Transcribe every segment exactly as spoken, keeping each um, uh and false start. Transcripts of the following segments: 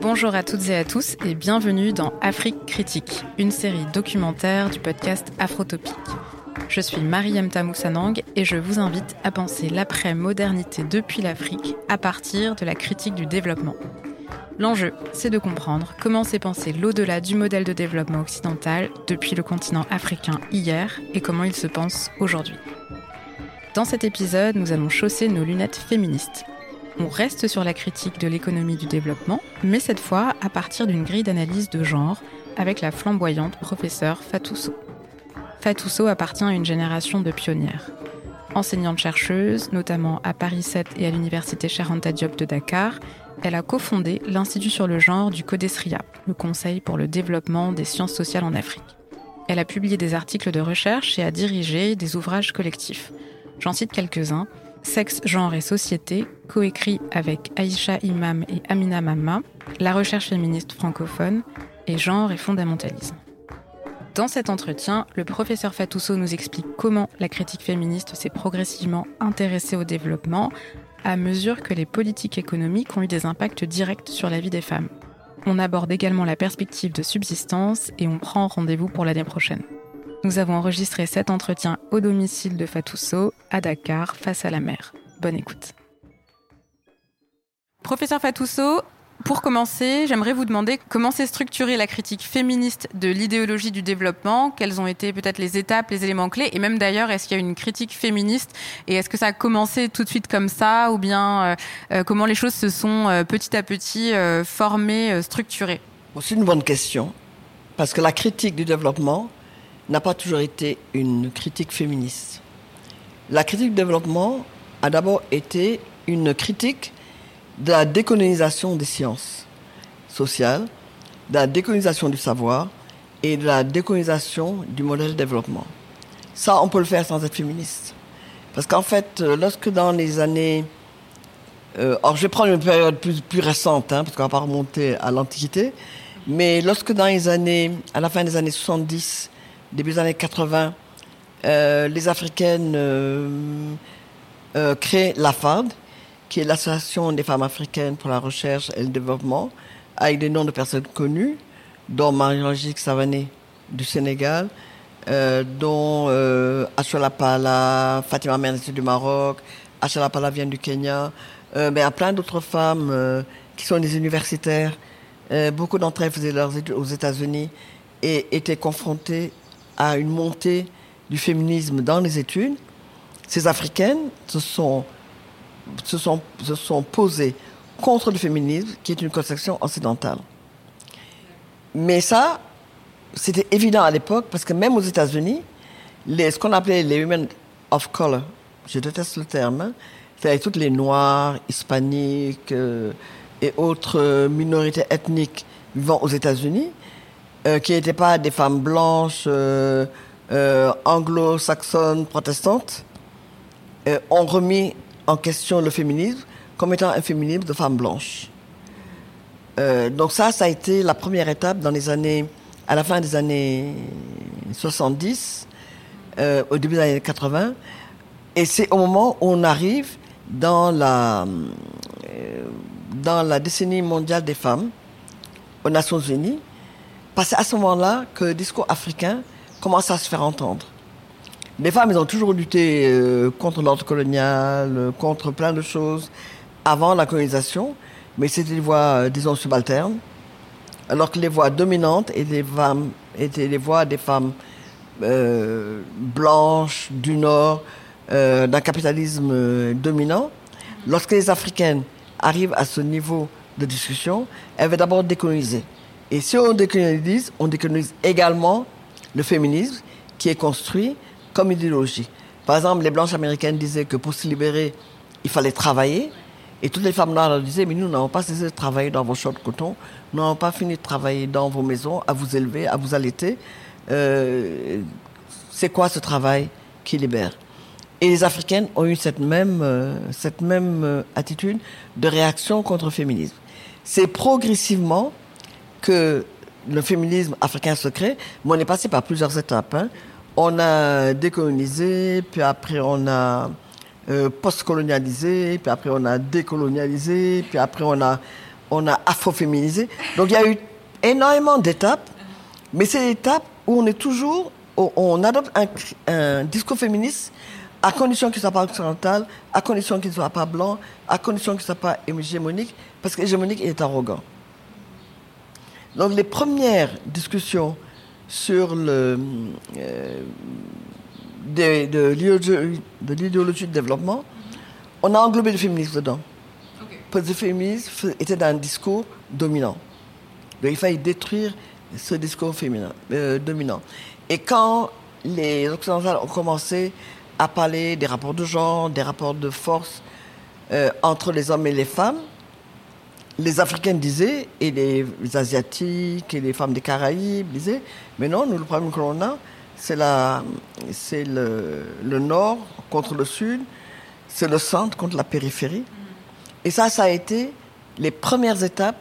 Bonjour à toutes et à tous et bienvenue dans Afrique Critique, une série documentaire du podcast Afrotopique. Je suis Mariemta Moussanang et je vous invite à penser l'après-modernité depuis l'Afrique à partir de la critique du développement. L'enjeu, c'est de comprendre comment s'est pensé l'au-delà du modèle de développement occidental depuis le continent africain hier et comment il se pense aujourd'hui. Dans cet épisode, nous allons chausser nos lunettes féministes. On reste sur la critique de l'économie du développement, mais cette fois à partir d'une grille d'analyse de genre avec la flamboyante professeure Fatou Sow. Fatou Sow appartient à une génération de pionnières. Enseignante-chercheuse, notamment à Paris sept et à l'université Cheikh Anta Diop de Dakar, elle a cofondé l'Institut sur le genre du CODESRIA, le Conseil pour le développement des sciences sociales en Afrique. Elle a publié des articles de recherche et a dirigé des ouvrages collectifs. J'en cite quelques-uns. Sexe, genre et société, coécrit avec Aïcha Imam et Amina Mamma, la recherche féministe francophone et genre et fondamentalisme. Dans cet entretien, le professeur Fatou Sow nous explique comment la critique féministe s'est progressivement intéressée au développement à mesure que les politiques économiques ont eu des impacts directs sur la vie des femmes. On aborde également la perspective de subsistance et on prend rendez-vous pour l'année prochaine. Nous avons enregistré cet entretien au domicile de Fatou Sow, à Dakar, face à la mer. Bonne écoute. Professeur Fatou Sow, pour commencer, j'aimerais vous demander comment s'est structurée la critique féministe de l'idéologie du développement, quelles ont été peut-être les étapes, les éléments clés, et même d'ailleurs, est-ce qu'il y a une critique féministe, et est-ce que ça a commencé tout de suite comme ça, ou bien euh, euh, comment les choses se sont euh, petit à petit euh, formées, euh, structurées ? Bon, c'est une bonne question, parce que la critique du développement n'a pas toujours été une critique féministe. La critique du développement a d'abord été une critique de la décolonisation des sciences sociales, de la décolonisation du savoir et de la décolonisation du modèle de développement. Ça, on peut le faire sans être féministe. Parce qu'en fait, lorsque dans les années... Euh, alors, je vais prendre une période plus, plus récente, hein, parce qu'on ne va pas remonter à l'Antiquité, mais lorsque dans les années... à la fin des années soixante-dix, début des années quatre-vingts, euh, les Africaines euh, euh, créent l'A F A D, qui est l'Association des femmes africaines pour la recherche et le développement, avec des noms de personnes connues, dont Marie-Angélique Savané du Sénégal, euh, dont euh, Achola Pala, Fatima Mernissi du Maroc, Achola Pala vient du Kenya, euh, mais il y a plein d'autres femmes euh, qui sont des universitaires. Euh, beaucoup d'entre elles faisaient leurs études aux États-Unis et étaient confrontées à une montée du féminisme dans les études. Ces Africaines se sont, se sont, se sont posées contre le féminisme, qui est une conception occidentale. Mais ça, c'était évident à l'époque, parce que même aux États-Unis, les, ce qu'on appelait les women of color, je déteste le terme, hein, c'est-à-dire toutes les noirs, hispaniques euh, et autres euh, minorités ethniques vivant aux États-Unis, Euh, qui n'étaient pas des femmes blanches, euh, euh, anglo-saxonnes, protestantes, euh, ont remis en question le féminisme comme étant un féminisme de femmes blanches. Euh, donc ça, ça a été la première étape dans les années, à la fin des années soixante-dix, euh, au début des années quatre-vingts, et c'est au moment où on arrive dans la, euh, dans la décennie mondiale des femmes, aux Nations Unies. Parce que c'est à ce moment-là que le discours africain commence à se faire entendre. Les femmes, elles ont toujours lutté euh, contre l'ordre colonial, euh, contre plein de choses avant la colonisation, mais c'était des voix, euh, disons, subalternes, alors que les voix dominantes étaient, femmes, étaient les voix des femmes euh, blanches du Nord, euh, d'un capitalisme euh, dominant. Lorsque les Africaines arrivent à ce niveau de discussion, elles veulent d'abord décoloniser. Et si on décolonise, on décolonise également le féminisme qui est construit comme idéologie. Par exemple, les blanches américaines disaient que pour se libérer, il fallait travailler. Et toutes les femmes noires leur disaient, mais nous n'avons pas cessé de travailler dans vos champs de coton, nous n'avons pas fini de travailler dans vos maisons, à vous élever, à vous allaiter. Euh, c'est quoi ce travail qui libère ? Et les Africaines ont eu cette même, euh, cette même euh, attitude de réaction contre le féminisme. C'est progressivement que le féminisme africain se crée, mais on est passé par plusieurs étapes. Hein. On a décolonisé, puis après on a euh, post-colonialisé, puis après on a décolonialisé, puis après on a on a afroféminisé. Donc il y a eu énormément d'étapes, mais c'est l'étape où on est toujours, on adopte un, un discours féministe à condition qu'il ne soit pas occidental, à condition qu'il ne soit pas blanc, à condition qu'il ne soit pas hégémonique, parce qu'hégémonique, il est arrogant. Donc les premières discussions sur le, euh, de, de, l'idéologie, de l'idéologie de développement, on a englobé le féminisme dedans. Okay. Parce que le féminisme était dans un discours dominant. Donc il fallait détruire ce discours féminin, euh, dominant. Et quand les occidentaux ont commencé à parler des rapports de genre, des rapports de force euh, entre les hommes et les femmes, les Africains disaient, et les, les Asiatiques, et les femmes des Caraïbes disaient, mais non, nous, le problème que l'on a, c'est, la, c'est le, le nord contre le sud, c'est le centre contre la périphérie. Mmh. Et ça, ça a été les premières étapes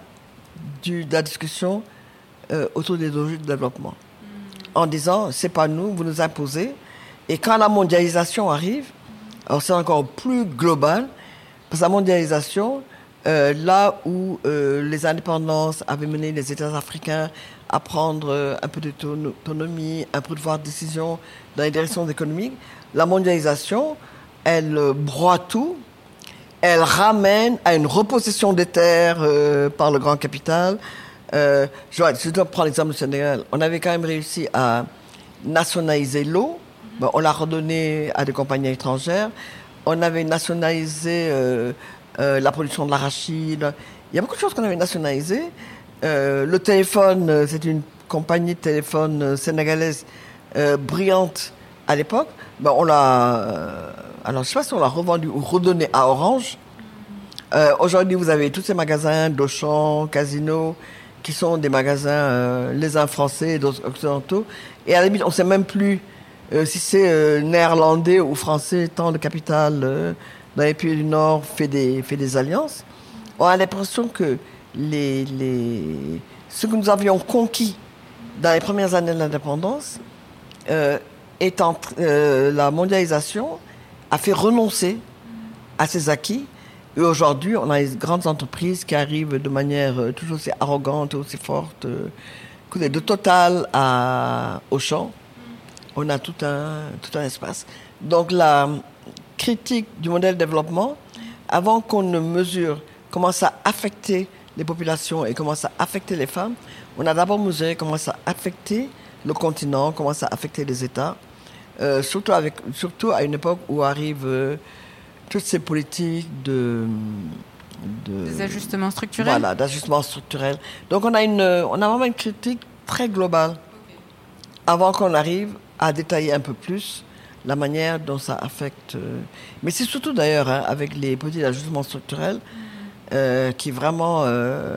du, de la discussion euh, autour des enjeux de développement. Mmh. En disant, c'est pas nous, vous nous imposez. Et quand la mondialisation arrive, alors c'est encore plus global, parce que la mondialisation, Euh, là où euh, les indépendances avaient mené les États africains à prendre euh, un peu d'autonomie, un peu de pouvoir de décision dans les directions économiques, la mondialisation, elle euh, broie tout, elle ramène à une repossession des terres euh, par le grand capital. Euh, je, je dois prendre l'exemple du Sénégal. On avait quand même réussi à nationaliser l'eau. Bon, on l'a redonnée à des compagnies étrangères. On avait nationalisé... Euh, Euh, la production de l'arachide. Il y a beaucoup de choses qu'on avait nationalisées. Euh, le téléphone, euh, c'est une compagnie de téléphone euh, sénégalaise euh, brillante à l'époque. Ben, on l'a... Euh, alors, je ne sais pas si on l'a revendu ou redonné à Orange. Euh, aujourd'hui, vous avez tous ces magasins d'Auchan, Casino, qui sont des magasins, euh, les uns français et d'autres occidentaux. Et à la limite, on ne sait même plus euh, si c'est euh, néerlandais ou français, tant le capital... Euh, dans les pays du Nord, fait des, fait des alliances. On a l'impression que les, les, ce que nous avions conquis dans les premières années de l'indépendance, euh, étant, euh, la mondialisation a fait renoncer à ces acquis. Et aujourd'hui, on a les grandes entreprises qui arrivent de manière euh, toujours aussi arrogante, aussi forte. Euh, écoutez, de Total à Auchan, on a tout un, tout un espace. Donc la critique du modèle de développement, avant qu'on ne mesure comment ça affectait les populations et comment ça affectait les femmes, on a d'abord mesuré comment ça affectait le continent, comment ça affectait les États, euh, surtout, avec, surtout à une époque où arrivent euh, toutes ces politiques de, de... Des ajustements structurels. Voilà, d'ajustements structurels. Donc on a, une, on a vraiment une critique très globale, okay, avant qu'on arrive à détailler un peu plus la manière dont ça affecte... Euh... Mais c'est surtout d'ailleurs hein, avec les petits ajustements structurels euh, qui vraiment, euh,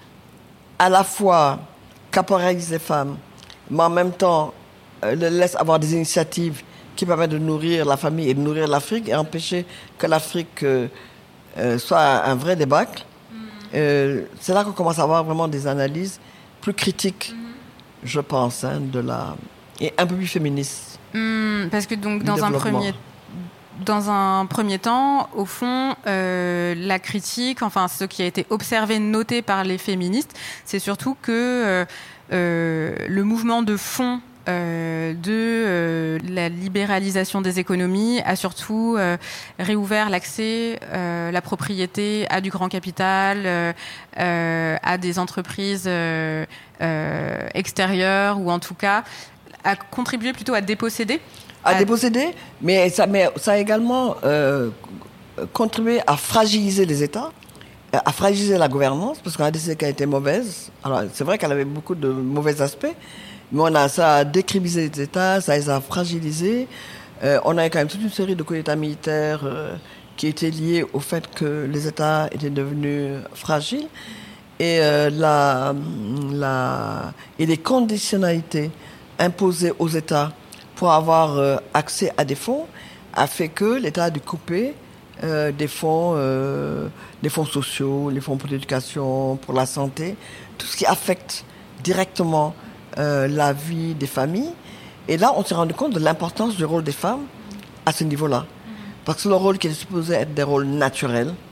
à la fois, caporalisent les femmes, mais en même temps, euh, les laissent avoir des initiatives qui permettent de nourrir la famille et de nourrir l'Afrique et empêcher que l'Afrique euh, euh, soit un vrai débâcle. Mm. Euh, c'est là qu'on commence à avoir vraiment des analyses plus critiques, mm. je pense, hein, de la... et un peu plus féministes. Mmh, parce que donc dans un premier dans un premier temps, au fond, euh, la critique, enfin ce qui a été observé, noté par les féministes, c'est surtout que euh, euh, le mouvement de fond euh, de euh, la libéralisation des économies a surtout euh, réouvert l'accès, euh, la propriété à du grand capital, euh, euh, à des entreprises euh, euh, extérieures ou en tout cas a contribué plutôt à déposséder. À, à déposséder, mais ça, mais ça a également euh, contribué à fragiliser les États, à fragiliser la gouvernance, parce qu'on a décidé qu'elle était mauvaise. Alors, c'est vrai qu'elle avait beaucoup de mauvais aspects, mais on a, ça a décribisé les États, ça les a fragilisés. Euh, on a quand même toute une série de coups d'État militaires euh, qui étaient liés au fait que les États étaient devenus fragiles. Et, euh, la, la, et les conditionnalités imposé aux États pour avoir euh, accès à des fonds a fait que l'État a dû couper euh, des fonds, euh, des fonds sociaux, les fonds pour l'éducation, pour la santé, tout ce qui affecte directement euh, la vie des familles. Et là, on s'est rendu compte de l'importance du rôle des femmes à ce niveau-là. Parce que le rôle qui est supposé être des rôles naturels,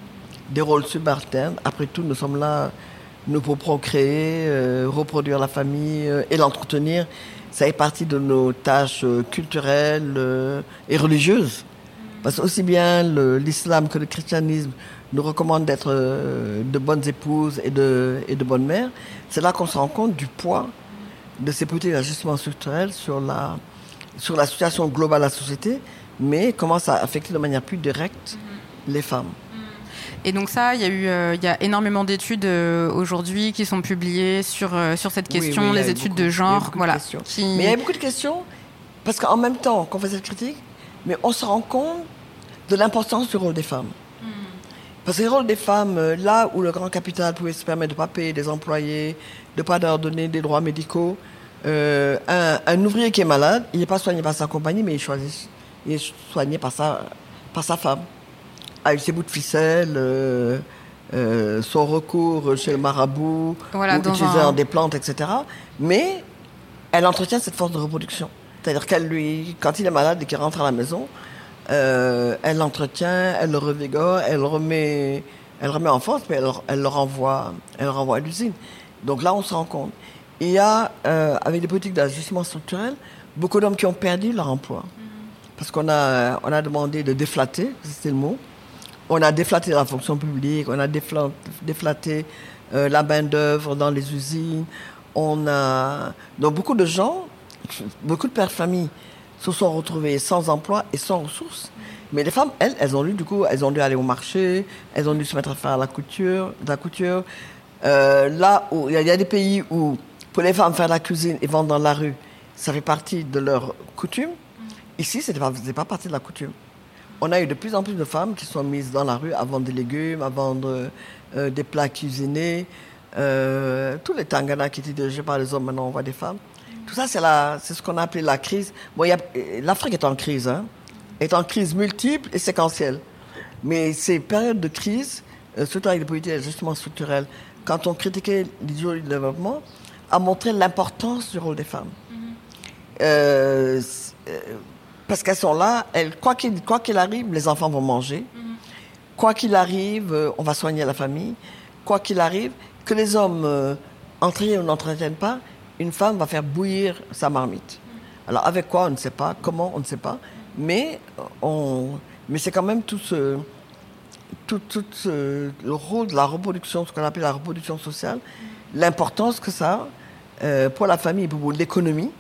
des rôles subalternes. Après tout, nous sommes là, nous pour procréer, euh, reproduire la famille euh, et l'entretenir. Ça fait partie de nos tâches euh, culturelles euh, et religieuses. Parce que aussi bien le, l'islam que le christianisme nous recommandent d'être euh, de bonnes épouses et de, et de bonnes mères. C'est là qu'on se rend compte du poids de ces politiques d'ajustement structurel sur la, sur la situation globale de la société, mais comment ça affecte de manière plus directe mmh. les femmes. Et donc ça, il y a eu, euh, il y a énormément d'études euh, aujourd'hui qui sont publiées sur euh, sur cette question, oui, oui, les études beaucoup, de genre, voilà. De qui... Mais il y a beaucoup de questions parce qu'en même temps qu'on fait cette critique, mais on se rend compte de l'importance du rôle des femmes. Mm. Parce que le rôle des femmes, là où le grand capital pouvait se permettre de ne pas payer des employés, de ne pas leur donner des droits médicaux, euh, un, un ouvrier qui est malade, il n'est pas soigné par sa compagnie, mais il, choisit, il est soigné par sa, par sa femme. Avec ses bouts de ficelle, euh, euh, son recours chez le marabout, voilà, ou utilisant un... des plantes, et cetera. Mais elle entretient cette force de reproduction. C'est-à-dire qu'elle lui, quand il est malade et qu'il rentre à la maison, euh, elle l'entretient, elle le revigore, elle remet, elle remet en force, mais elle, elle le renvoie, elle le renvoie à l'usine. Donc là, on se rend compte. Il y a, euh, avec les politiques d'ajustement structurel, beaucoup d'hommes qui ont perdu leur emploi. Mm-hmm. Parce qu'on a, on a demandé de déflatter, c'était le mot. On a déflaté la fonction publique, on a déflaté, déflaté euh, la main-d'œuvre dans les usines. On a... Donc beaucoup de gens, beaucoup de pères de famille se sont retrouvés sans emploi et sans ressources. Mais les femmes, elles, elles ont dû, du coup, elles ont dû aller au marché, elles ont dû se mettre à faire la couture, de la couture. Euh, là où il y, y a des pays où, pour les femmes, faire la cuisine et vendre dans la rue, ça fait partie de leur coutume. Ici, ce n'est pas, pas partie de la coutume. On a eu de plus en plus de femmes qui sont mises dans la rue à vendre des légumes, à vendre euh, des plats cuisinés. Euh, tous les tanganas qui étaient dirigés par les hommes, maintenant on voit des femmes. Tout ça, c'est, la, c'est ce qu'on a appelé la crise. Bon, y a, l'Afrique est en crise, hein, est en crise multiple et séquentielle. Mais ces périodes de crise, euh, surtout avec les politiques d'ajustement structurel, quand on critiquait l'idéologie du développement, a montré l'importance du rôle des femmes. Mm-hmm. Euh, euh, Parce qu'elles sont là, elles, quoi, qu'il, quoi qu'il arrive, les enfants vont manger. Mm-hmm. Quoi qu'il arrive, euh, on va soigner la famille. Quoi qu'il arrive, que les hommes euh, entretiennent ou n'entretiennent pas, une femme va faire bouillir sa marmite. Mm-hmm. Alors avec quoi, on ne sait pas. Comment, on ne sait pas. Mais, on, mais c'est quand même tout, ce, tout, tout ce, le rôle de la reproduction, ce qu'on appelle la reproduction sociale, mm-hmm. l'importance que ça a euh, pour la famille et pour l'économie.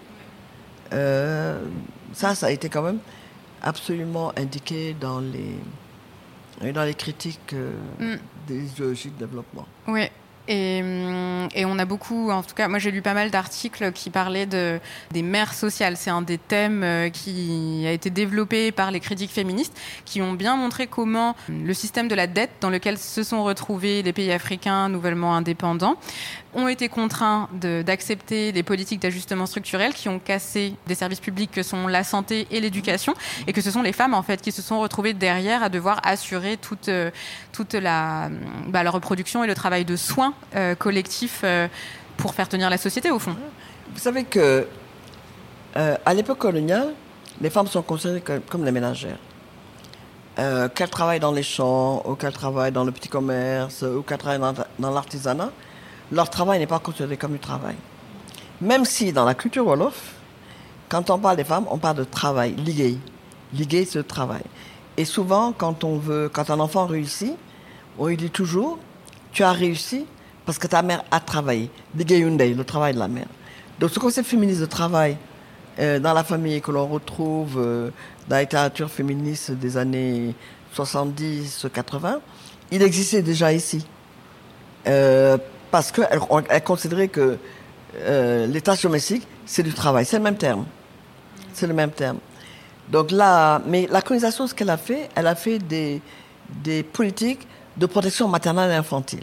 Euh, Ça, ça a été quand même absolument indiqué dans les, dans les critiques euh, mm. des idéologies de développement. Oui. Et, et on a beaucoup, en tout cas, moi j'ai lu pas mal d'articles qui parlaient de, des mères sociales. C'est un des thèmes qui a été développé par les critiques féministes qui ont bien montré comment le système de la dette dans lequel se sont retrouvés les pays africains nouvellement indépendants ont été contraints de, d'accepter des politiques d'ajustement structurel qui ont cassé des services publics que sont la santé et l'éducation, et que ce sont les femmes en fait qui se sont retrouvées derrière à devoir assurer toute, toute la, bah, la reproduction et le travail de soins euh, collectifs euh, pour faire tenir la société au fond. Vous savez que euh, à l'époque coloniale, les femmes sont considérées comme, comme les ménagères. Euh, qu'elles travaillent dans les champs, ou qu'elles travaillent dans le petit commerce, ou qu'elles travaillent dans, dans l'artisanat, leur travail n'est pas considéré comme du travail. Même si, dans la culture wolof, quand on parle des femmes, on parle de travail, liguer. Liguer, c'est le travail. Et souvent, quand on veut, quand un enfant réussit, on lui dit toujours, tu as réussi parce que ta mère a travaillé. Liguer Hyundai, le travail de la mère. Donc, ce concept féministe de travail euh, dans la famille que l'on retrouve euh, dans la littérature féministe des années soixante-dix quatre-vingts, il existait déjà ici. Euh, parce qu'elle elle considérait que euh, les tâches domestiques, c'est du travail. C'est le même terme. C'est le même terme. Donc là, mais la colonisation, ce qu'elle a fait, elle a fait des, des politiques de protection maternelle et infantile.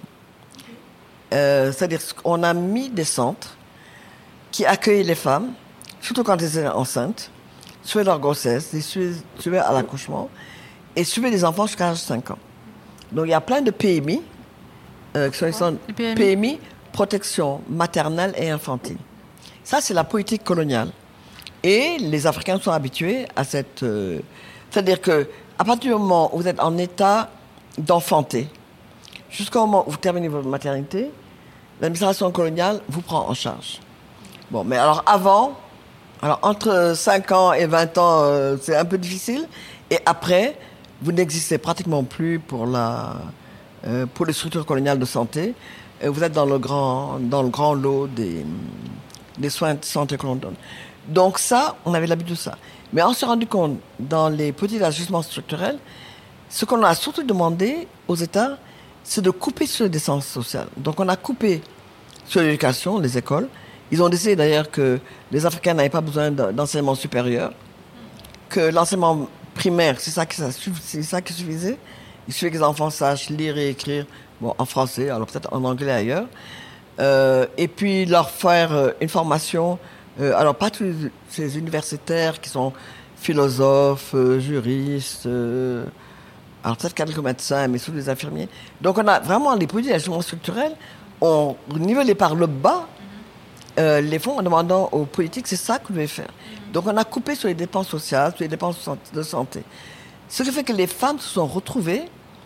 Euh, c'est-à-dire qu'on a mis des centres qui accueillent les femmes, surtout quand elles étaient enceintes, suivaient leur grossesse, suivaient à l'accouchement, et suivaient des enfants jusqu'à l'âge de cinq ans. Donc il y a plein de P M I, Euh, qui sont P M I. P M I, protection maternelle et infantile. Ça, c'est la politique coloniale. Et les Africains sont habitués à cette... Euh, c'est-à-dire qu'à partir du moment où vous êtes en état d'enfanter, jusqu'au moment où vous terminez votre maternité, l'administration coloniale vous prend en charge. Bon, mais alors avant, alors entre cinq ans et vingt ans, euh, c'est un peu difficile. Et après, vous n'existez pratiquement plus pour, la, euh, pour les structures coloniales de santé. Et vous êtes dans le grand, dans le grand lot des, des soins de santé que l'on donne. Donc ça, on avait l'habitude de ça. Mais on s'est rendu compte, dans les petits ajustements structurels, ce qu'on a surtout demandé aux États, c'est de couper sur les dépenses sociales. Donc on a coupé sur l'éducation, les écoles. Ils ont décidé d'ailleurs que les Africains n'avaient pas besoin d'enseignement supérieur, que l'enseignement primaire, c'est ça qui, c'est ça qui suffisait. Il suffisait que les enfants sachent lire et écrire, bon, en français, alors peut-être en anglais ailleurs. Euh, et puis leur faire euh, une formation, euh, alors pas tous ces universitaires qui sont philosophes, euh, juristes, euh, alors peut-être quelques médecins, mais surtout les infirmiers. Donc on a vraiment les politiques d'ajustement structurel, on nivelle par le bas euh, les fonds en demandant aux politiques, c'est ça que vous devez faire. Donc on a coupé sur les dépenses sociales, sur les dépenses de santé. Ce qui fait que les femmes se sont retrouvées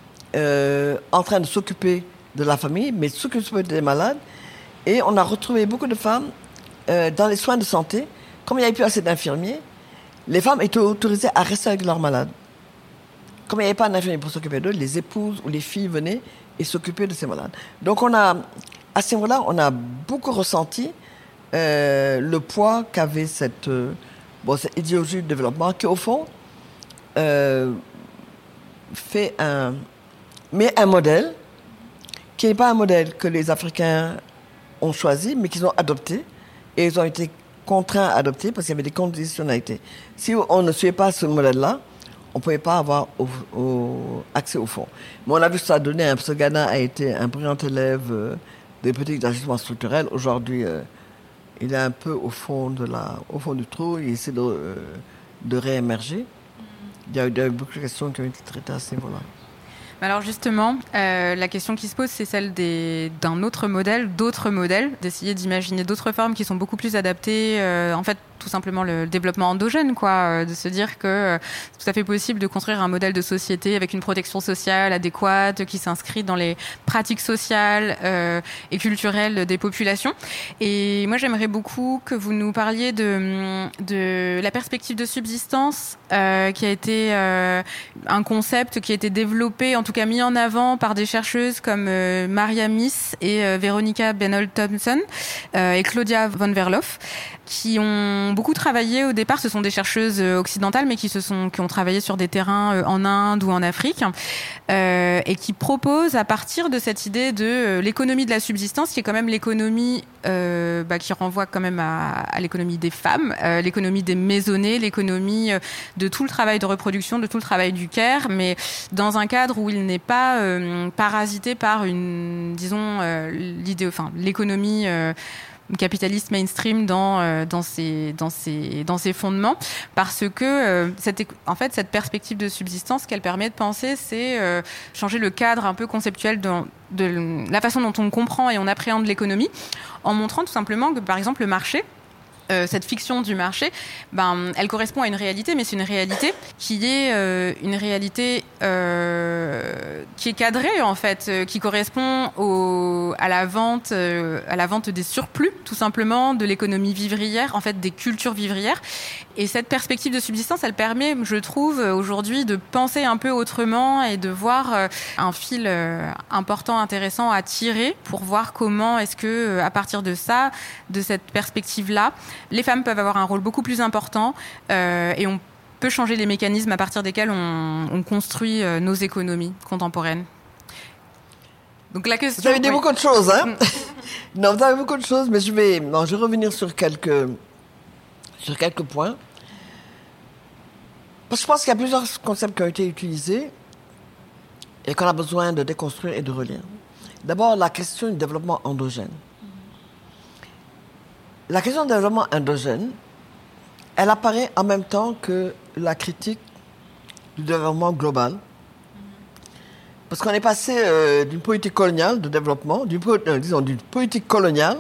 euh, en train de s'occuper de la famille, mais s'occuper des malades. Et on a retrouvé beaucoup de femmes euh, dans les soins de santé. Comme il n'y avait plus assez d'infirmiers, les femmes étaient autorisées à rester avec leurs malades. Comme il n'y avait pas d'infirmiers pour s'occuper d'eux, les épouses ou les filles venaient et s'occupaient de ces malades. Donc on a, à ce niveau-là, on a beaucoup ressenti euh, le poids qu'avait cette, euh, bon, cette idéologie de développement qui, au fond, euh, fait un, mais un modèle qui n'est pas un modèle que les Africains ont choisi, mais qu'ils ont adopté. Et ils ont été contraints à adopter parce qu'il y avait des conditionnalités. Si on ne suivait pas ce modèle-là, on ne pouvait pas avoir au, au, accès au fonds. Mais on a vu que ça a donné, parce que Ghana a été un brillant élève euh, des politiques d'ajustement structurel. Aujourd'hui, euh, il est un peu au fond, de la, au fond du trou, il essaie de, euh, de réémerger. Il y, a, il y a eu beaucoup de questions qui ont été traitées à ce niveau-là. Alors justement, euh, la question qui se pose, c'est celle des, d'un autre modèle, d'autres modèles, d'essayer d'imaginer d'autres formes qui sont beaucoup plus adaptées, euh, en fait, tout simplement le développement endogène, quoi, euh, de se dire que euh, c'est tout à fait possible de construire un modèle de société avec une protection sociale adéquate, qui s'inscrit dans les pratiques sociales euh, et culturelles des populations. Et moi, j'aimerais beaucoup que vous nous parliez de, de la perspective de subsistance, euh, qui a été euh, un concept qui a été développé, en tout cas mis en avant par des chercheuses comme euh, Maria Miss et euh, Veronica Benold-Thompson euh, et Claudia von Verloof, qui ont beaucoup travaillé au départ. Ce sont des chercheuses occidentales, mais qui se sont, qui ont travaillé sur des terrains en Inde ou en Afrique, euh, et qui proposent à partir de cette idée de euh, l'économie de la subsistance, qui est quand même l'économie euh, bah, qui renvoie quand même à, à l'économie des femmes, euh, l'économie des maisonnées, l'économie de tout le travail de reproduction, de tout le travail du care, mais dans un cadre où il n'est pas euh, parasité par une, disons, euh, l'idée, enfin, l'économie euh, capitaliste mainstream dans euh, dans ses dans ses dans ses fondements, parce que euh, cette en fait cette perspective de subsistance qu'elle permet de penser, c'est euh, changer le cadre un peu conceptuel de, de la façon dont on comprend et on appréhende l'économie, en montrant tout simplement que par exemple le marché, Euh, cette fiction du marché, ben, elle correspond à une réalité, mais c'est une réalité qui est euh, une réalité euh, qui est cadrée en fait, euh, qui correspond au, à la vente, euh, à la vente des surplus, tout simplement, de l'économie vivrière, en fait, des cultures vivrières. Et cette perspective de subsistance, elle permet, je trouve, aujourd'hui, de penser un peu autrement et de voir euh, un fil euh, important, intéressant à tirer pour voir comment est-ce que, à partir de ça, de cette perspective-là, les femmes peuvent avoir un rôle beaucoup plus important euh, et on peut changer les mécanismes à partir desquels on, on construit euh, nos économies contemporaines. Donc la question. Vous avez dit oui. beaucoup de choses, hein? Non, vous avez beaucoup de choses, mais je vais, non, je vais revenir sur quelques, sur quelques points. Parce que je pense qu'il y a plusieurs concepts qui ont été utilisés et qu'on a besoin de déconstruire et de relire. D'abord, la question du développement endogène. La question du développement endogène, elle apparaît en même temps que la critique du développement global. Parce qu'on est passé euh, d'une politique coloniale de développement, d'une, euh, disons, d'une politique coloniale,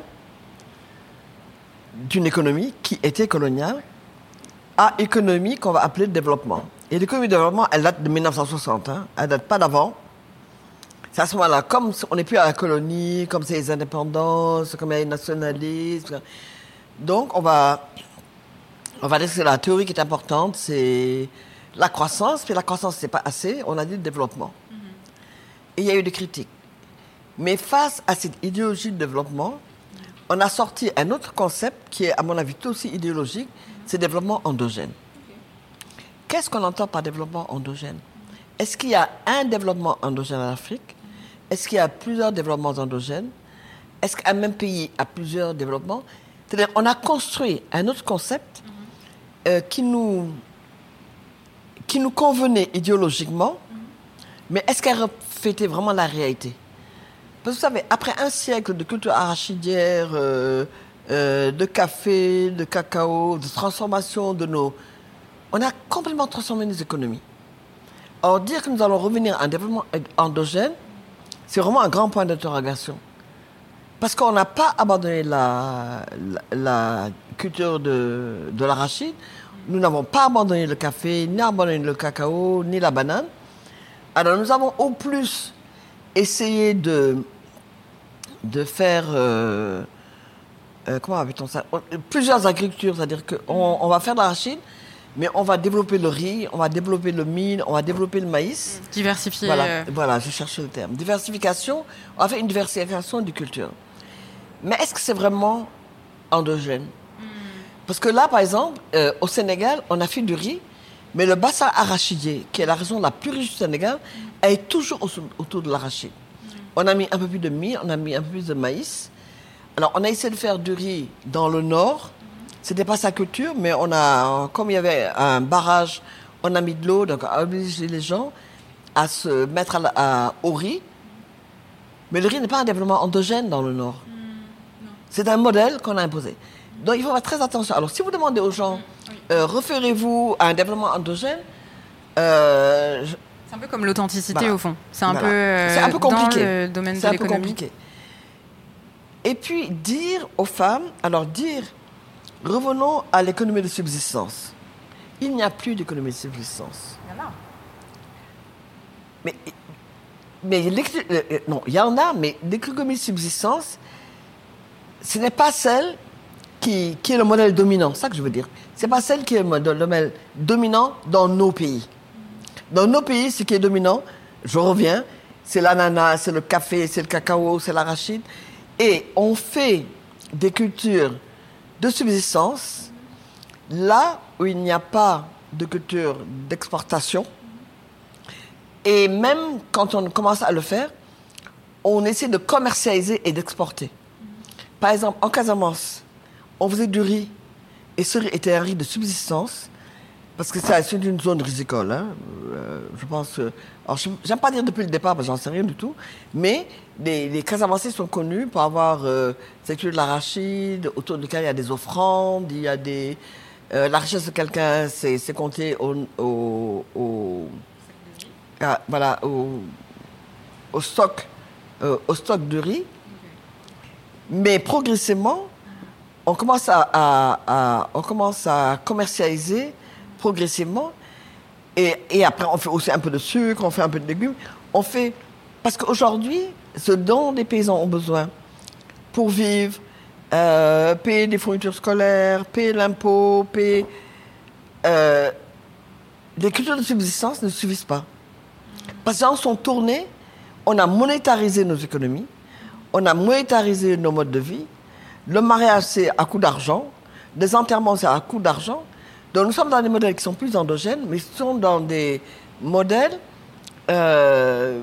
d'une économie qui était coloniale, à économie qu'on va appeler de développement. Et l'économie de développement, elle date de mille neuf cent soixante, hein, elle ne date pas d'avant. C'est à ce moment-là, comme on n'est plus à la colonie, comme c'est les indépendances, comme il y a les nationalismes. Donc, on va, on va dire que la théorie qui est importante, c'est la croissance. Puis la croissance, c'est pas assez. On a dit le développement. Mm-hmm. Et il y a eu des critiques. Mais face à cette idéologie de développement, mm-hmm. on a sorti un autre concept qui est, à mon avis, tout aussi idéologique, mm-hmm. c'est développement endogène. Okay. Qu'est-ce qu'on entend par développement endogène? Mm-hmm. Est-ce qu'il y a un développement endogène en Afrique? Mm-hmm. Est-ce qu'il y a plusieurs développements endogènes? Est-ce qu'un même pays a plusieurs développements? C'est-à-dire, on a construit un autre concept mm-hmm. euh, qui nous, qui nous convenait idéologiquement, mm-hmm. mais est-ce qu'elle reflétait vraiment la réalité? Parce que vous savez, après un siècle de culture arachidière, euh, euh, de café, de cacao, de transformation de nos... On a complètement transformé nos économies. Or, dire que nous allons revenir à un développement endogène, c'est vraiment un grand point d'interrogation. Parce qu'on n'a pas abandonné la, la, la culture de, de l'arachide, nous n'avons pas abandonné le café, ni abandonné le cacao, ni la banane. Alors nous avons au plus essayé de, de faire, euh, euh, comment appelle-t-on ça, plusieurs agricultures, c'est-à-dire qu'on on va faire de l'arachide, mais on va développer le riz, on va développer le mil, on va développer le maïs. Diversifier. Voilà, euh... voilà, je cherchais le terme. Diversification, on va faire une diversification des cultures. Mais est-ce que c'est vraiment endogène? mm. Parce que là, par exemple, euh, au Sénégal, on a fait du riz, mais le bassin arachidier, qui est la région la plus riche du Sénégal, mm. est toujours au, autour de l'arachide. Mm. On a mis un peu plus de mil, on a mis un peu plus de maïs. Alors, on a essayé de faire du riz dans le nord. Mm. C'était pas sa culture, mais on a, comme il y avait un barrage, on a mis de l'eau, donc on a obligé les gens à se mettre à, à, au riz. Mais le riz n'est pas un développement endogène dans le nord. Mm. C'est un modèle qu'on a imposé. Donc, il faut faire très attention. Alors, si vous demandez aux gens, oui. euh, référez-vous à un développement endogène, euh, je... c'est un peu comme l'authenticité, voilà. Au fond. C'est un, voilà. peu, euh, c'est un peu compliqué. Dans le domaine c'est de l'économie. C'est un peu compliqué. Et puis, dire aux femmes, alors dire, revenons à l'économie de subsistance. Il n'y a plus d'économie de subsistance. Il y en a. Mais, mais euh, non, il y en a, mais l'économie de subsistance, ce n'est pas celle qui, qui est le modèle dominant, c'est ça que je veux dire. Ce n'est pas celle qui est le modèle dominant dans nos pays. Dans nos pays, ce qui est dominant, je reviens, c'est l'ananas, c'est le café, c'est le cacao, c'est l'arachide. Et on fait des cultures de subsistance là où il n'y a pas de culture d'exportation. Et même quand on commence à le faire, on essaie de commercialiser et d'exporter. Par exemple, en Casamance, on faisait du riz, et ce riz était un riz de subsistance, parce que c'est une zone risicole, hein. Euh, je pense... Euh, alors, je n'aime pas dire depuis le départ, parce que j'en sais rien du tout, mais les, les Casamancés sont connus pour avoir euh, cette culture de l'arachide, autour duquel il y a des offrandes, il y a des... Euh, la richesse de quelqu'un, c'est, c'est compté au... au, au ah, voilà, au, au stock, euh, au stock de riz. Mais progressivement, on commence à, à, à, on commence à commercialiser progressivement. Et, et après, on fait aussi un peu de sucre, on fait un peu de légumes. On fait... Parce qu'aujourd'hui, ce dont les paysans ont besoin pour vivre, euh, payer des fournitures scolaires, payer l'impôt, payer... Euh, les cultures de subsistance ne suffisent pas. Parce que les gens sont tournés, on a monétarisé nos économies, on a monétarisé nos modes de vie. Le mariage, c'est à coût d'argent. Les enterrements, c'est à coût d'argent. Donc, nous sommes dans des modèles qui sont plus endogènes, mais ce sont dans des modèles euh,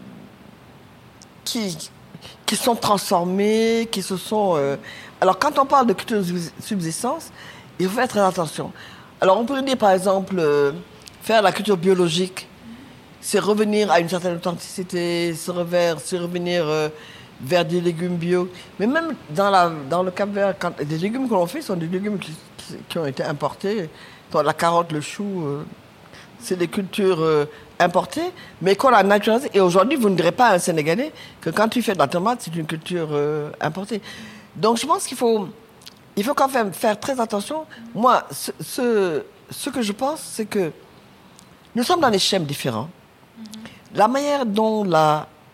qui, qui sont transformés, qui se sont... Euh... Alors, quand on parle de culture de subsistance, il faut faire très attention. Alors, on pourrait dire, par exemple, euh, faire la culture biologique, c'est revenir à une certaine authenticité, se revenir... Se revenir euh, vers des légumes bio. Mais même dans, la, dans le Cap-Vert, quand, les légumes que l'on fait sont des légumes qui, qui, qui ont été importés. Donc, la carotte, le chou, euh, c'est des cultures euh, importées, mais qu'on a naturalisées. Et aujourd'hui, vous ne direz pas à un Sénégalais que quand tu fais de la tomate, c'est une culture euh, importée. Donc, je pense qu'il faut, il faut quand même faire très attention. Moi, ce, ce, ce que je pense, c'est que nous sommes dans des schèmes différents. Mm-hmm. La manière dont la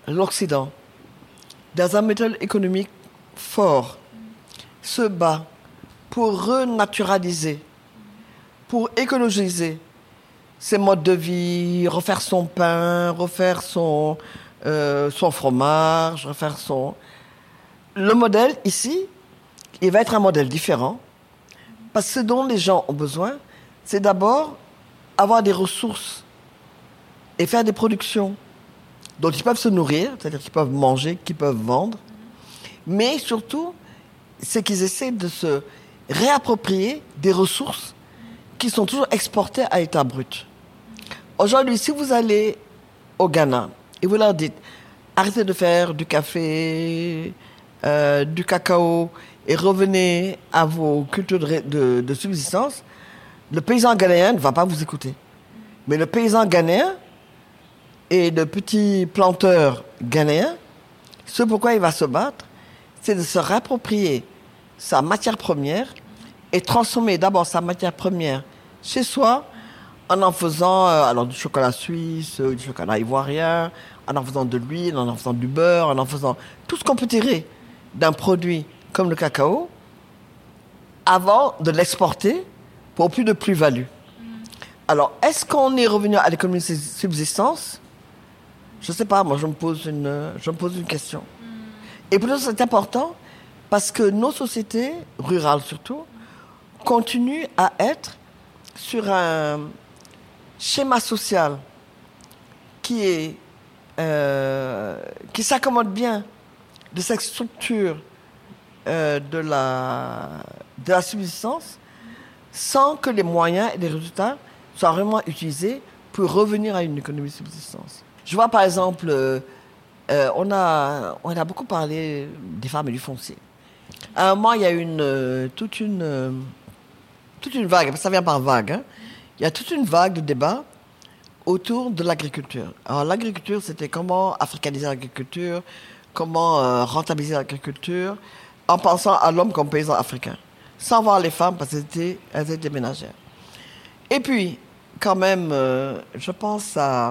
l'Occident, dans un modèle économique fort, se bat pour renaturaliser, pour écologiser ses modes de vie, refaire son pain, refaire son, euh, son fromage, refaire son... Le modèle, ici, il va être un modèle différent, parce que ce dont les gens ont besoin, c'est d'abord avoir des ressources et faire des productions dont ils peuvent se nourrir, c'est-à-dire qu'ils peuvent manger, qu'ils peuvent vendre, mais surtout, c'est qu'ils essaient de se réapproprier des ressources qui sont toujours exportées à l'état brut. Aujourd'hui, si vous allez au Ghana et vous leur dites arrêtez de faire du café, euh, du cacao et revenez à vos cultures de, de, de subsistance, le paysan ghanéen ne va pas vous écouter. Mais le paysan ghanéen et le petit planteur ghanéen, ce pourquoi il va se battre, c'est de se réapproprier sa matière première et transformer d'abord sa matière première chez soi en en faisant euh, alors du chocolat suisse, du chocolat ivoirien, en en faisant de l'huile, en en faisant du beurre, en en faisant tout ce qu'on peut tirer d'un produit comme le cacao avant de l'exporter pour plus de plus-value. Alors, est-ce qu'on est revenu à l'économie de subsistance ? Je ne sais pas, moi je me pose une, je me pose une question. Et pour nous, c'est important parce que nos sociétés, rurales surtout, continuent à être sur un schéma social qui est euh, qui s'accommode bien de cette structure euh, de la de la subsistance, sans que les moyens et les résultats soient vraiment utilisés pour revenir à une économie de subsistance. Je vois par exemple, euh, euh, on a on a beaucoup parlé des femmes et du foncier. À un moment, il y a une euh, toute une euh, toute une vague, ça vient par vague. Hein. Il y a toute une vague de débats autour de l'agriculture. Alors l'agriculture, c'était comment africaniser l'agriculture, comment euh, rentabiliser l'agriculture, en pensant à l'homme comme paysan africain, sans voir les femmes parce qu'elles étaient, elles étaient ménagères. Et puis, quand même, euh, je pense à...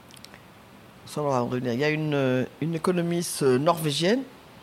Il y a une, une économiste norvégienne.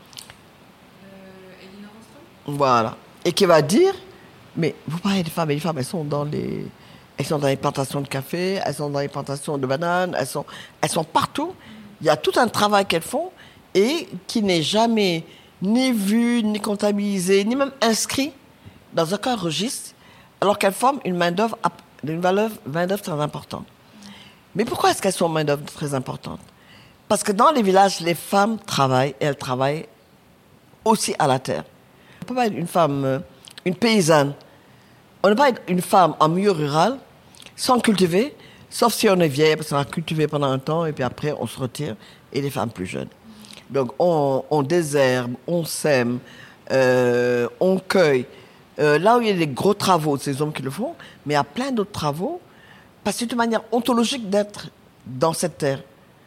Euh, Elinor Ostrom ? Voilà. Et qui va dire, mais vous parlez des femmes, et les femmes, elles sont dans les... Elles sont dans les plantations de café, elles sont dans les plantations de bananes, elles sont, elles sont partout. Il y a tout un travail qu'elles font et qui n'est jamais ni vu, ni comptabilisé, ni même inscrit dans aucun registre, alors qu'elles forment une main-d'œuvre, une main-d'œuvre très importante. Mais pourquoi est-ce qu'elles sont main-d'œuvre très importante ? Parce que dans les villages, les femmes travaillent et elles travaillent aussi à la terre. On ne peut pas être une femme, une paysanne. On ne peut pas être une femme en milieu rural sans cultiver, sauf si on est vieille, parce qu'on a cultivé pendant un temps et puis après on se retire, et les femmes plus jeunes. Donc on, on désherbe, on sème, euh, on cueille. Euh, là où il y a des gros travaux, c'est les hommes qui le font, mais il y a plein d'autres travaux, parce que c'est une manière ontologique d'être dans cette terre.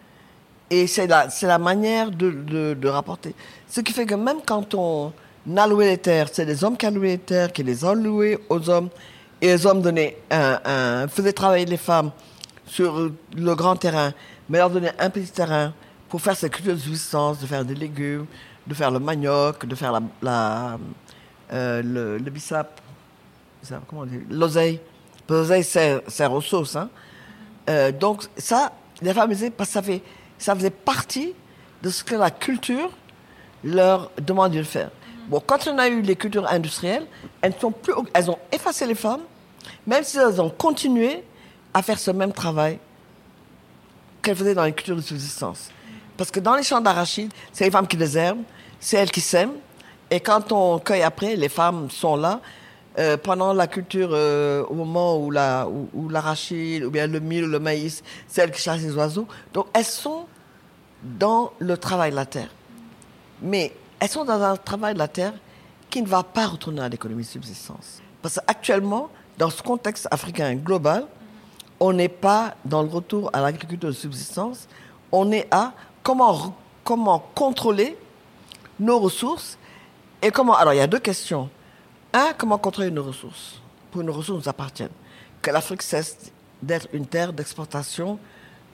Et c'est la, c'est la manière de, de, de rapporter. Ce qui fait que même quand on a loué les terres, c'est les hommes qui ont loué les terres, qui les ont louées aux hommes, et les hommes donnaient un, un, faisaient travailler les femmes sur le grand terrain, mais leur donnaient un petit terrain pour faire cette culture de subsistance, de faire des légumes, de faire le manioc, de faire la, la, euh, le, le bissap, comment on dit, l'oseille. L'oseille sert, sert aux sauces. Hein. Euh, donc ça, les femmes disaient, parce que ça, fait, ça faisait partie de ce que la culture leur demandait de faire. Bon, quand on a eu les cultures industrielles, elles, sont plus, elles ont effacé les femmes, même si elles ont continué à faire ce même travail qu'elles faisaient dans les cultures de subsistance. Parce que dans les champs d'arachide, c'est les femmes qui désherbent, c'est elles qui sèment, et quand on cueille après, les femmes sont là. Euh, pendant la culture, euh, au moment où, la, où, où l'arachide, ou bien le mil, le maïs, c'est elles qui chassent les oiseaux. Donc elles sont dans le travail de la terre. Mais elles sont dans un travail de la terre qui ne va pas retourner à l'économie de subsistance. Parce qu'actuellement, dans ce contexte africain global, on n'est pas dans le retour à l'agriculture de subsistance, on est à comment, comment contrôler nos ressources et comment... Alors, il y a deux questions. Un, comment contrôler nos ressources pour que nos ressources nous appartiennent. Que l'Afrique cesse d'être une terre d'exportation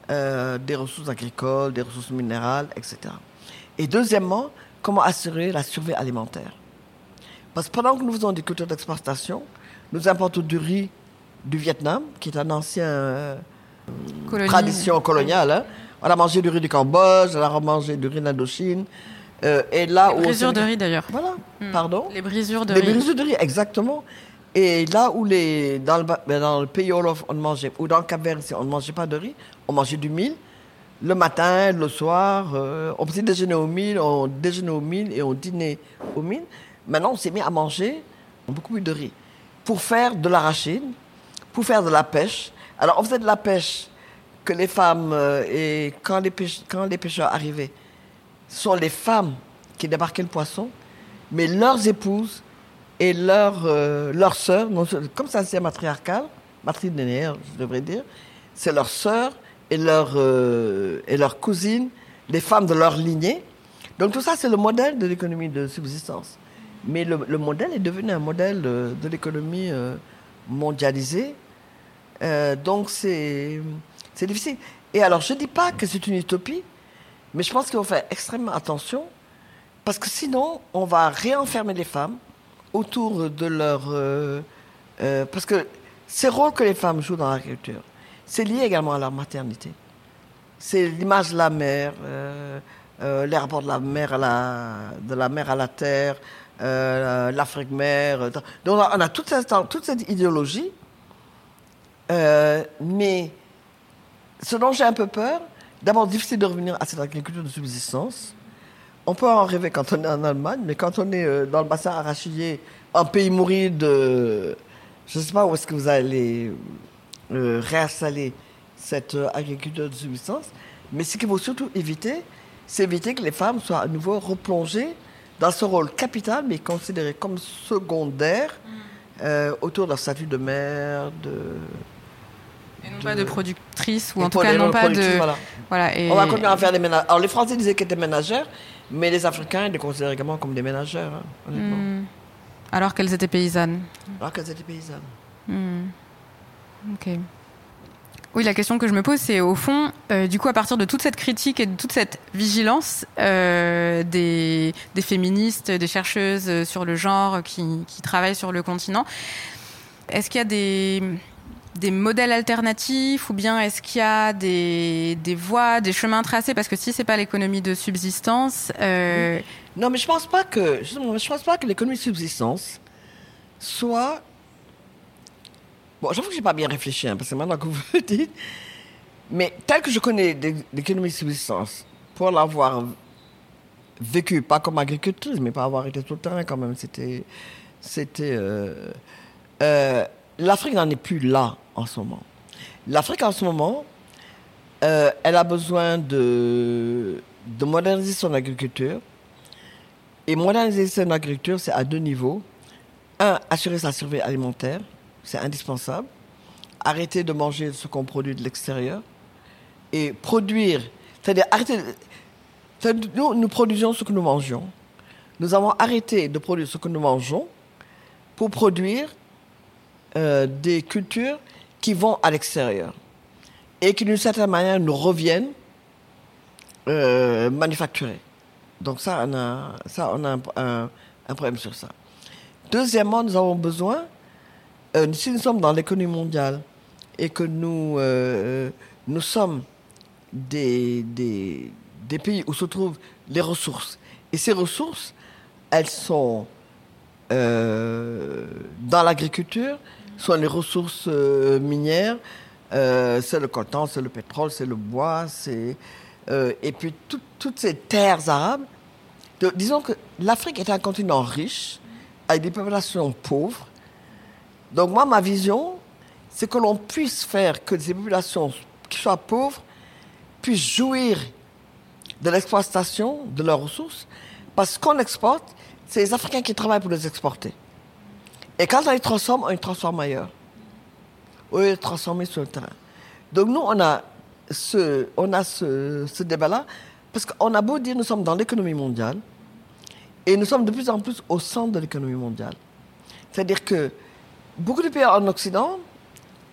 euh, des ressources agricoles, des ressources minérales, et cetera. Et deuxièmement, comment assurer la survie alimentaire. Parce que pendant que nous faisons des cultures d'exportation, nous importons du riz du Vietnam, qui est une ancienne euh, tradition coloniale. Hein. On a mangé du riz du Cambodge, on a mangé du riz d'Indochine. Euh, et là les où brisures de riz, d'ailleurs. Voilà, mm. pardon. Les brisures de les riz. Les brisures de riz, exactement. Et là où les, dans, le, dans le pays Wolof, on mangeait, ou dans le Cap-Vert, on ne mangeait pas de riz, on mangeait du mil. Le matin, le soir, euh, on petit déjeuner au mil, on déjeunait au mil et on dînait au mil. Maintenant, on s'est mis à manger beaucoup plus de riz. Pour faire de l'arachide, pour faire de la pêche. Alors, on faisait de la pêche que les femmes, euh, et quand les, pêche, quand les pêcheurs arrivaient, ce sont les femmes qui débarquaient le poisson, mais leurs épouses et leurs, euh, leurs sœurs, non, comme ça c'est matriarcal, matrilinéaire, je devrais dire, c'est leurs sœurs et leurs, euh, et leurs cousines, les femmes de leur lignée. Donc tout ça, c'est le modèle de l'économie de subsistance. Mais le, le modèle est devenu un modèle de, de l'économie euh, mondialisée. Euh, donc c'est, c'est difficile. Et alors, je ne dis pas que c'est une utopie, mais je pense qu'il faut faire extrêmement attention, parce que sinon, on va réenfermer les femmes autour de leur... Euh, euh, parce que ces rôles que les femmes jouent dans l'agriculture, c'est lié également à leur maternité. C'est l'image de la mère, euh, euh, les rapports de la mère à la, de la mère à la terre, euh, l'Afrique mère. Donc on a toute cette, toute cette idéologie, euh, mais ce dont j'ai un peu peur, d'abord difficile de revenir à cette agriculture de subsistance. On peut en rêver quand on est en Allemagne, mais quand on est euh, dans le bassin arachidier, un pays mouride, de, je ne sais pas où est-ce que vous allez euh, réinstaller cette euh, agriculture de subsistance. Mais ce qu'il faut surtout éviter, c'est éviter que les femmes soient à nouveau replongées dans ce rôle capital, mais considéré comme secondaire, euh, autour d'un statut de mère, de... Et non de... pas de productrice, ou et en tout cas non pas de... Voilà. Voilà, et... On va continuer à faire des ménagères. Alors les Français disaient qu'elles étaient ménagères, mais les Africains les considèrent également comme des ménagères, hein, honnêtement. Mmh. Alors qu'elles étaient paysannes. Alors qu'elles étaient paysannes. Mmh. Ok. Oui, la question que je me pose, c'est au fond, euh, du coup, à partir de toute cette critique et de toute cette vigilance euh, des, des féministes, des chercheuses sur le genre qui, qui travaillent sur le continent, est-ce qu'il y a des, des modèles alternatifs ou bien est-ce qu'il y a des, des voies, des chemins tracés? Parce que si c'est pas l'économie de subsistance... Euh... Oui. Non, mais je pense pas que, je pense pas que l'économie de subsistance soit... Bon, j'avoue que je n'ai pas bien réfléchi, hein, parce que maintenant que vous le dites, mais tel que je connais l'économie de subsistance, pour l'avoir vécu, pas comme agricultrice, mais pas avoir été tout le terrain quand même, c'était... c'était euh, euh, l'Afrique n'en est plus là en ce moment. L'Afrique en ce moment, euh, elle a besoin de, de moderniser son agriculture. Et moderniser son agriculture, c'est à deux niveaux. Un, assurer sa survie alimentaire. C'est indispensable. Arrêter de manger ce qu'on produit de l'extérieur. Et produire, c'est-à-dire arrêter... C'est-à-dire, nous, nous produisions ce que nous mangeons. Nous avons arrêté de produire ce que nous mangeons pour produire euh, des cultures qui vont à l'extérieur et qui, d'une certaine manière, nous reviennent euh, manufacturés. Donc ça, on a, ça, on a un, un, un problème sur ça. Deuxièmement, nous avons besoin... Euh, si nous sommes dans l'économie mondiale et que nous, euh, nous sommes des, des, des pays où se trouvent les ressources, et ces ressources, elles sont euh, dans l'agriculture, sont les ressources euh, minières, euh, c'est le coltan, c'est le pétrole, c'est le bois, c'est, euh, et puis tout, toutes ces terres arables. De, disons que l'Afrique est un continent riche, avec des populations pauvres. Donc moi, ma vision, c'est que l'on puisse faire que ces populations qui soient pauvres puissent jouir de l'exploitation de leurs ressources, parce qu'on exporte, c'est les Africains qui travaillent pour les exporter. Et quand on les transforme, on les transforme ailleurs. On les transforme sur le terrain. Donc nous, on a ce, on a ce, ce débat-là, parce qu'on a beau dire nous sommes dans l'économie mondiale, et nous sommes de plus en plus au centre de l'économie mondiale. C'est-à-dire que beaucoup de pays en Occident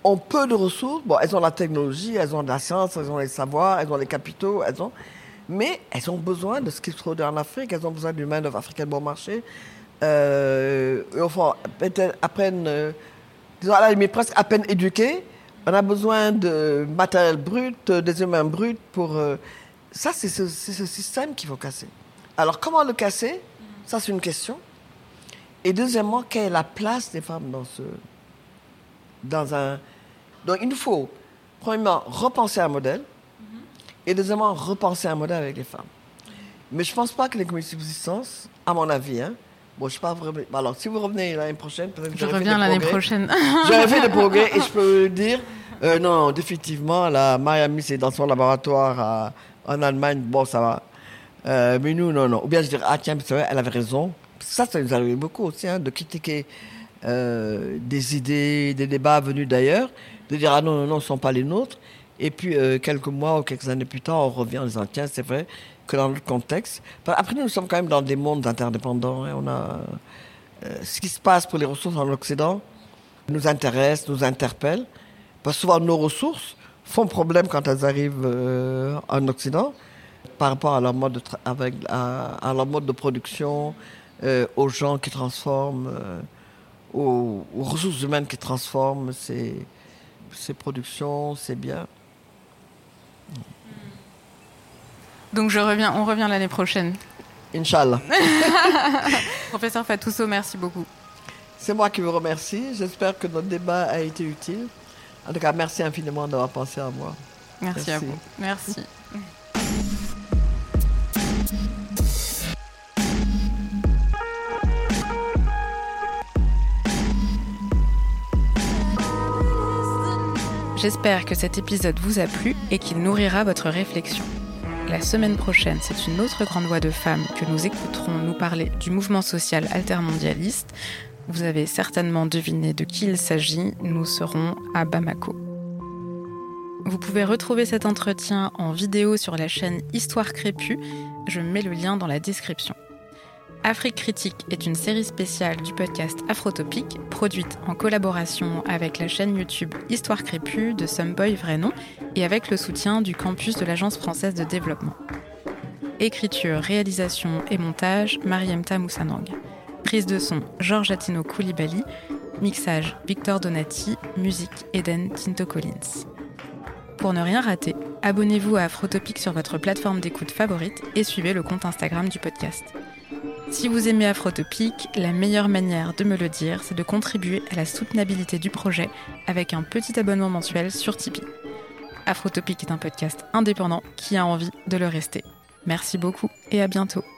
ont peu de ressources. Bon, elles ont la technologie, elles ont de la science, elles ont les savoirs, elles ont les capitaux, elles ont... mais elles ont besoin de ce qu'il faut en Afrique, elles ont besoin d'une main-d'œuvre africaine bon marché. Euh, enfin, peut-être à peine, euh, disons à la limite presque à peine éduquées. On a besoin de matériel brut, des humains bruts pour... Euh, ça, c'est ce, c'est ce système qu'il faut casser. Alors, comment le casser? Ça, c'est une question. Et deuxièmement, quelle est la place des femmes dans ce... Dans un... Donc, il nous faut, premièrement, repenser un modèle. Et deuxièmement, repenser un modèle avec les femmes. Mais je ne pense pas que les communautés de subsistance, à mon avis, hein, bon, je sais pas vraiment... Alors, si vous revenez l'année prochaine, peut-être que je reviens l'année prochaine. J'aurais fait des progrès et je peux vous dire, euh, non, définitivement, la Miami, c'est dans son laboratoire à, en Allemagne, bon, ça va. Euh, mais nous, non, non. Ou bien je dirais, ah tiens, c'est vrai, elle avait raison. Ça, ça nous arrive beaucoup aussi, hein, de critiquer euh, des idées, des débats venus d'ailleurs, de dire, ah non, non, non, ce ne sont pas les nôtres. Et puis, euh, quelques mois ou quelques années plus tard, on revient en disant, tiens, c'est vrai que dans notre contexte... Après, nous, nous sommes quand même dans des mondes interdépendants. Hein, on a, euh, ce qui se passe pour les ressources en Occident nous intéresse, nous interpelle. Parce que souvent, nos ressources font problème quand elles arrivent euh, en Occident par rapport à leur mode de, tra- avec, à, à leur mode de production, euh, aux gens qui transforment, euh, aux, aux ressources humaines qui transforment ces, ces productions, ces biens. Donc je reviens, on revient l'année prochaine. Inch'Allah. Professeur Fatousso, merci beaucoup. C'est moi qui vous remercie. J'espère que notre débat a été utile. En tout cas, merci infiniment d'avoir pensé à moi. Merci, merci. à vous. Merci. J'espère que cet épisode vous a plu et qu'il nourrira votre réflexion. La semaine prochaine, c'est une autre grande voix de femmes que nous écouterons nous parler du mouvement social altermondialiste. Vous avez certainement deviné de qui il s'agit, nous serons à Bamako. Vous pouvez retrouver cet entretien en vidéo sur la chaîne Histoire Crépue, je mets le lien dans la description. Afrique Critique est une série spéciale du podcast Afrotopique, produite en collaboration avec la chaîne YouTube Histoire Crépue de Someboy Vrai Nom et avec le soutien du campus de l'Agence française de développement. Écriture, réalisation et montage, Mariemta Moussanang. Prise de son, Georges Atino Koulibaly. Mixage, Victor Donati. Musique, Eden Tinto Collins. Pour ne rien rater, abonnez-vous à Afrotopique sur votre plateforme d'écoute favorite et suivez le compte Instagram du podcast. Si vous aimez Afrotopique, la meilleure manière de me le dire, c'est de contribuer à la soutenabilité du projet avec un petit abonnement mensuel sur Tipeee. Afrotopique est un podcast indépendant qui a envie de le rester. Merci beaucoup et à bientôt.